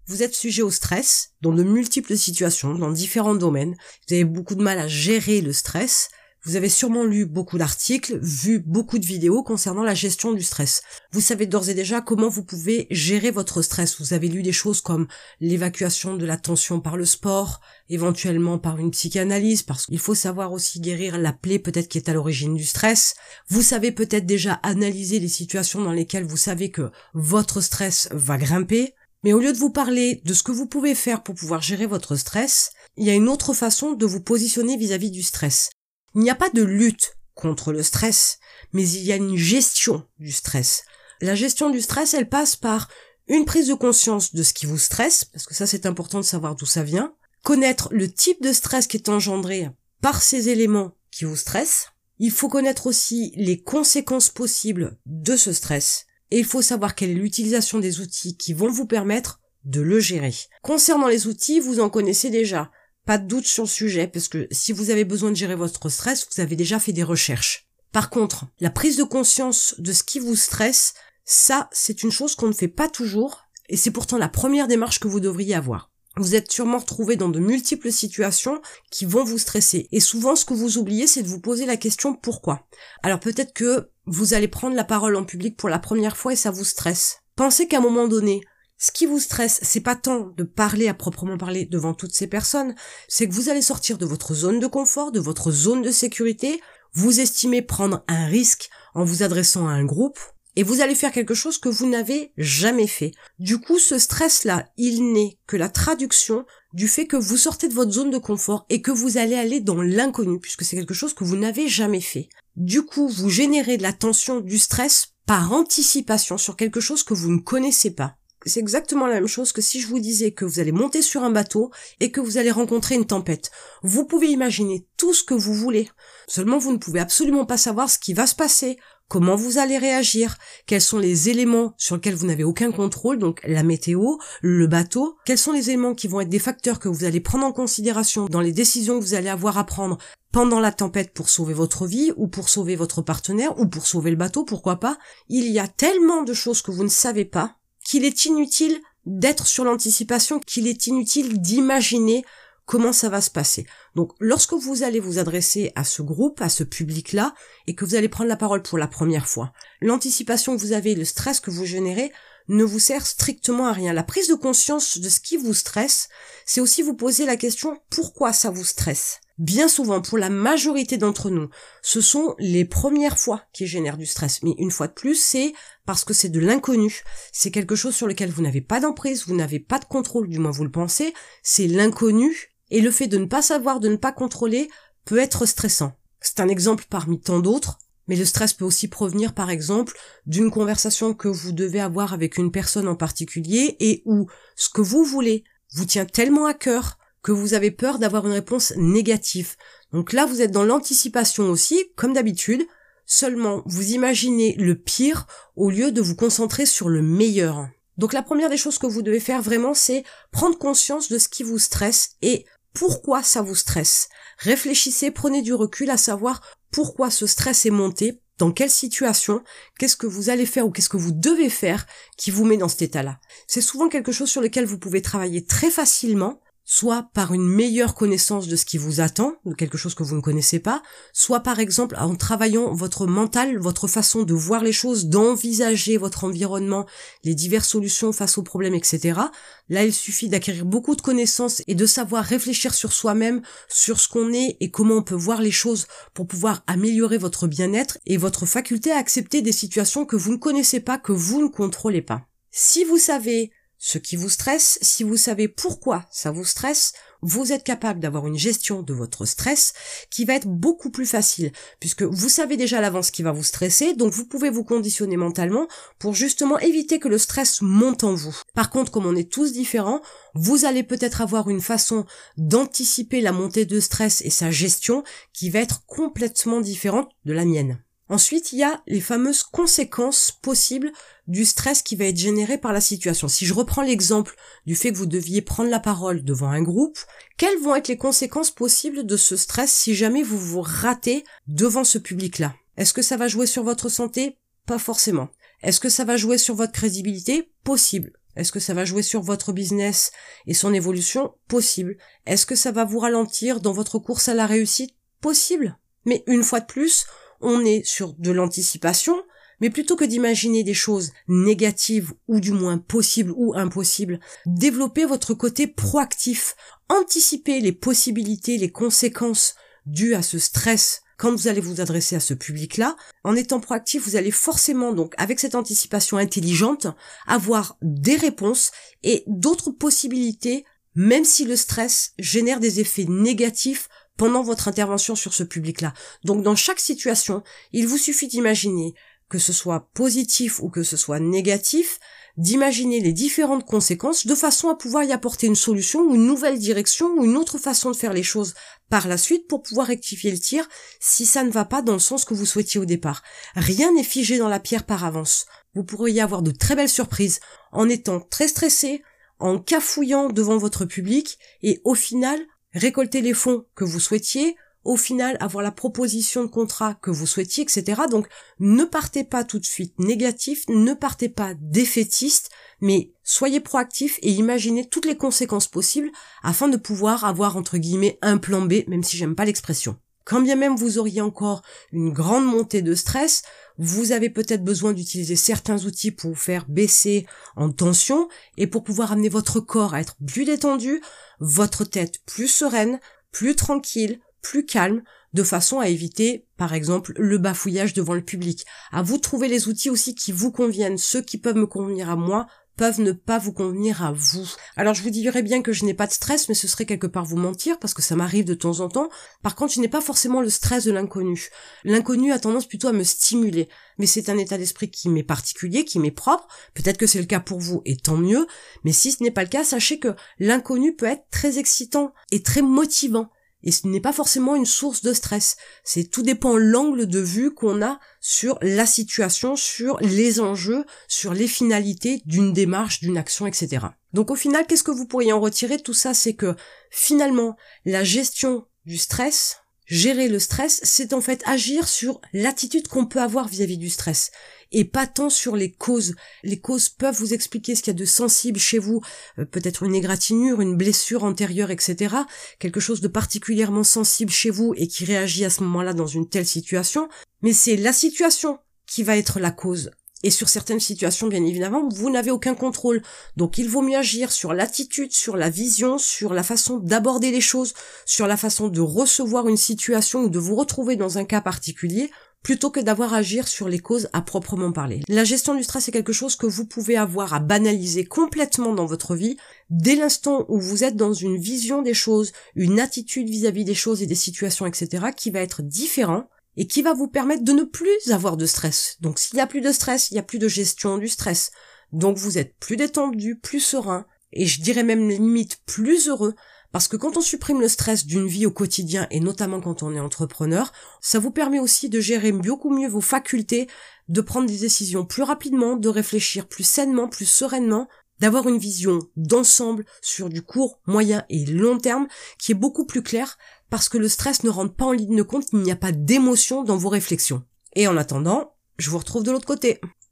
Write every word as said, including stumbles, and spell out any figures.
Vous êtes sujet au stress dans de multiples situations, dans différents domaines. Vous avez beaucoup de mal à gérer le stress. Vous avez sûrement lu beaucoup d'articles, vu beaucoup de vidéos concernant la gestion du stress. Vous savez d'ores et déjà comment vous pouvez gérer votre stress. Vous avez lu des choses comme l'évacuation de la tension par le sport, éventuellement par une psychanalyse, parce qu'il faut savoir aussi guérir la plaie peut-être qui est à l'origine du stress. Vous savez peut-être déjà analyser les situations dans lesquelles vous savez que votre stress va grimper. Mais au lieu de vous parler de ce que vous pouvez faire pour pouvoir gérer votre stress, il y a une autre façon de vous positionner vis-à-vis du stress. Il n'y a pas de lutte contre le stress, mais il y a une gestion du stress. La gestion du stress, elle passe par une prise de conscience de ce qui vous stresse, parce que ça c'est important de savoir d'où ça vient, connaître le type de stress qui est engendré par ces éléments qui vous stressent. Il faut connaître aussi les conséquences possibles de ce stress, et il faut savoir quelle est l'utilisation des outils qui vont vous permettre de le gérer. Concernant les outils, vous en connaissez déjà. Pas de doute sur le sujet, parce que si vous avez besoin de gérer votre stress, vous avez déjà fait des recherches. Par contre, la prise de conscience de ce qui vous stresse, ça, c'est une chose qu'on ne fait pas toujours, et c'est pourtant la première démarche que vous devriez avoir. Vous êtes sûrement retrouvé dans de multiples situations qui vont vous stresser, et souvent ce que vous oubliez, c'est de vous poser la question pourquoi. Alors peut-être que vous allez prendre la parole en public pour la première fois et ça vous stresse. Pensez qu'à un moment donné, ce qui vous stresse, c'est pas tant de parler à proprement parler devant toutes ces personnes, c'est que vous allez sortir de votre zone de confort, de votre zone de sécurité, vous estimez prendre un risque en vous adressant à un groupe, et vous allez faire quelque chose que vous n'avez jamais fait. Du coup, ce stress-là, il n'est que la traduction du fait que vous sortez de votre zone de confort et que vous allez aller dans l'inconnu, puisque c'est quelque chose que vous n'avez jamais fait. Du coup, vous générez de la tension, du stress par anticipation sur quelque chose que vous ne connaissez pas. C'est exactement la même chose que si je vous disais que vous allez monter sur un bateau et que vous allez rencontrer une tempête. Vous pouvez imaginer tout ce que vous voulez. Seulement, vous ne pouvez absolument pas savoir ce qui va se passer, comment vous allez réagir, quels sont les éléments sur lesquels vous n'avez aucun contrôle, donc la météo, le bateau, quels sont les éléments qui vont être des facteurs que vous allez prendre en considération dans les décisions que vous allez avoir à prendre pendant la tempête pour sauver votre vie ou pour sauver votre partenaire ou pour sauver le bateau, pourquoi pas. Il y a tellement de choses que vous ne savez pas qu'il est inutile d'être sur l'anticipation, qu'il est inutile d'imaginer comment ça va se passer. Donc, lorsque vous allez vous adresser à ce groupe, à ce public-là, et que vous allez prendre la parole pour la première fois, l'anticipation que vous avez, le stress que vous générez, ne vous sert strictement à rien. La prise de conscience de ce qui vous stresse, c'est aussi vous poser la question pourquoi ça vous stresse. Bien souvent, pour la majorité d'entre nous, ce sont les premières fois qui génèrent du stress. Mais une fois de plus, c'est parce que c'est de l'inconnu. C'est quelque chose sur lequel vous n'avez pas d'emprise, vous n'avez pas de contrôle, du moins vous le pensez. C'est l'inconnu. Et le fait de ne pas savoir, de ne pas contrôler, peut être stressant. C'est un exemple parmi tant d'autres. Mais le stress peut aussi provenir, par exemple, d'une conversation que vous devez avoir avec une personne en particulier et où ce que vous voulez vous tient tellement à cœur que vous avez peur d'avoir une réponse négative. Donc là, vous êtes dans l'anticipation aussi, comme d'habitude, seulement vous imaginez le pire au lieu de vous concentrer sur le meilleur. Donc la première des choses que vous devez faire vraiment, c'est prendre conscience de ce qui vous stresse et pourquoi ça vous stresse. Réfléchissez, prenez du recul à savoir pourquoi ce stress est monté, dans quelle situation, qu'est-ce que vous allez faire ou qu'est-ce que vous devez faire qui vous met dans cet état-là. C'est souvent quelque chose sur lequel vous pouvez travailler très facilement, soit par une meilleure connaissance de ce qui vous attend, de quelque chose que vous ne connaissez pas, soit par exemple en travaillant votre mental, votre façon de voir les choses, d'envisager votre environnement, les diverses solutions face aux problèmes, et cetera. Là, il suffit d'acquérir beaucoup de connaissances et de savoir réfléchir sur soi-même, sur ce qu'on est et comment on peut voir les choses pour pouvoir améliorer votre bien-être et votre faculté à accepter des situations que vous ne connaissez pas, que vous ne contrôlez pas. Si vous savez ce qui vous stresse, si vous savez pourquoi ça vous stresse, vous êtes capable d'avoir une gestion de votre stress qui va être beaucoup plus facile, puisque vous savez déjà à l'avance ce qui va vous stresser, donc vous pouvez vous conditionner mentalement pour justement éviter que le stress monte en vous. Par contre, comme on est tous différents, vous allez peut-être avoir une façon d'anticiper la montée de stress et sa gestion qui va être complètement différente de la mienne. Ensuite, il y a les fameuses conséquences possibles du stress qui va être généré par la situation. Si je reprends l'exemple du fait que vous deviez prendre la parole devant un groupe, quelles vont être les conséquences possibles de ce stress si jamais vous vous ratez devant ce public-là? Est-ce que ça va jouer sur votre santé? Pas forcément. Est-ce que ça va jouer sur votre crédibilité? Possible. Est-ce que ça va jouer sur votre business et son évolution? Possible. Est-ce que ça va vous ralentir dans votre course à la réussite? Possible. Mais une fois de plus, on est sur de l'anticipation, mais plutôt que d'imaginer des choses négatives ou du moins possibles ou impossibles, développez votre côté proactif. Anticipez les possibilités, les conséquences dues à ce stress quand vous allez vous adresser à ce public-là. En étant proactif, vous allez forcément, donc, avec cette anticipation intelligente, avoir des réponses et d'autres possibilités, même si le stress génère des effets négatifs pendant votre intervention sur ce public-là. Donc, dans chaque situation, il vous suffit d'imaginer, que ce soit positif ou que ce soit négatif, d'imaginer les différentes conséquences de façon à pouvoir y apporter une solution ou une nouvelle direction ou une autre façon de faire les choses par la suite pour pouvoir rectifier le tir si ça ne va pas dans le sens que vous souhaitiez au départ. Rien n'est figé dans la pierre par avance. Vous pourriez avoir de très belles surprises en étant très stressé, en cafouillant devant votre public et au final récolter les fonds que vous souhaitiez, au final avoir la proposition de contrat que vous souhaitiez, et cetera. Donc ne partez pas tout de suite négatif, ne partez pas défaitiste, mais soyez proactif et imaginez toutes les conséquences possibles afin de pouvoir avoir entre guillemets un plan B, même si j'aime pas l'expression. Quand bien même vous auriez encore une grande montée de stress, vous avez peut-être besoin d'utiliser certains outils pour vous faire baisser en tension et pour pouvoir amener votre corps à être plus détendu, votre tête plus sereine, plus tranquille, plus calme, de façon à éviter, par exemple, le bafouillage devant le public. À vous de trouver les outils aussi qui vous conviennent. Ceux qui peuvent me convenir à moi peuvent ne pas vous convenir à vous. Alors je vous dirais bien que je n'ai pas de stress, mais ce serait quelque part vous mentir, parce que ça m'arrive de temps en temps. Par contre, je n'ai pas forcément le stress de l'inconnu. L'inconnu a tendance plutôt à me stimuler. Mais c'est un état d'esprit qui m'est particulier, qui m'est propre. Peut-être que c'est le cas pour vous, et tant mieux. Mais si ce n'est pas le cas, sachez que l'inconnu peut être très excitant et très motivant. Et ce n'est pas forcément une source de stress. C'est tout dépend l'angle de vue qu'on a sur la situation, sur les enjeux, sur les finalités d'une démarche, d'une action, et cetera. Donc au final, qu'est-ce que vous pourriez en retirer de tout ça? C'est que finalement, la gestion du stress, gérer le stress, c'est en fait agir sur l'attitude qu'on peut avoir vis-à-vis du stress. Et pas tant sur les causes. Les causes peuvent vous expliquer ce qu'il y a de sensible chez vous, euh, peut-être une égratignure, une blessure antérieure, et cetera. Quelque chose de particulièrement sensible chez vous et qui réagit à ce moment-là dans une telle situation. Mais c'est la situation qui va être la cause. Et sur certaines situations, bien évidemment, vous n'avez aucun contrôle. Donc il vaut mieux agir sur l'attitude, sur la vision, sur la façon d'aborder les choses, sur la façon de recevoir une situation ou de vous retrouver dans un cas particulier, plutôt que d'avoir à agir sur les causes à proprement parler. La gestion du stress est quelque chose que vous pouvez avoir à banaliser complètement dans votre vie, dès l'instant où vous êtes dans une vision des choses, une attitude vis-à-vis des choses et des situations, et cetera, qui va être différent, et qui va vous permettre de ne plus avoir de stress. Donc s'il n'y a plus de stress, il n'y a plus de gestion du stress. Donc vous êtes plus détendu, plus serein, et je dirais même limite plus heureux, parce que quand on supprime le stress d'une vie au quotidien, et notamment quand on est entrepreneur, ça vous permet aussi de gérer beaucoup mieux vos facultés, de prendre des décisions plus rapidement, de réfléchir plus sainement, plus sereinement, d'avoir une vision d'ensemble sur du court, moyen et long terme qui est beaucoup plus claire, parce que le stress ne rentre pas en ligne de compte, il n'y a pas d'émotion dans vos réflexions. Et en attendant, je vous retrouve de l'autre côté.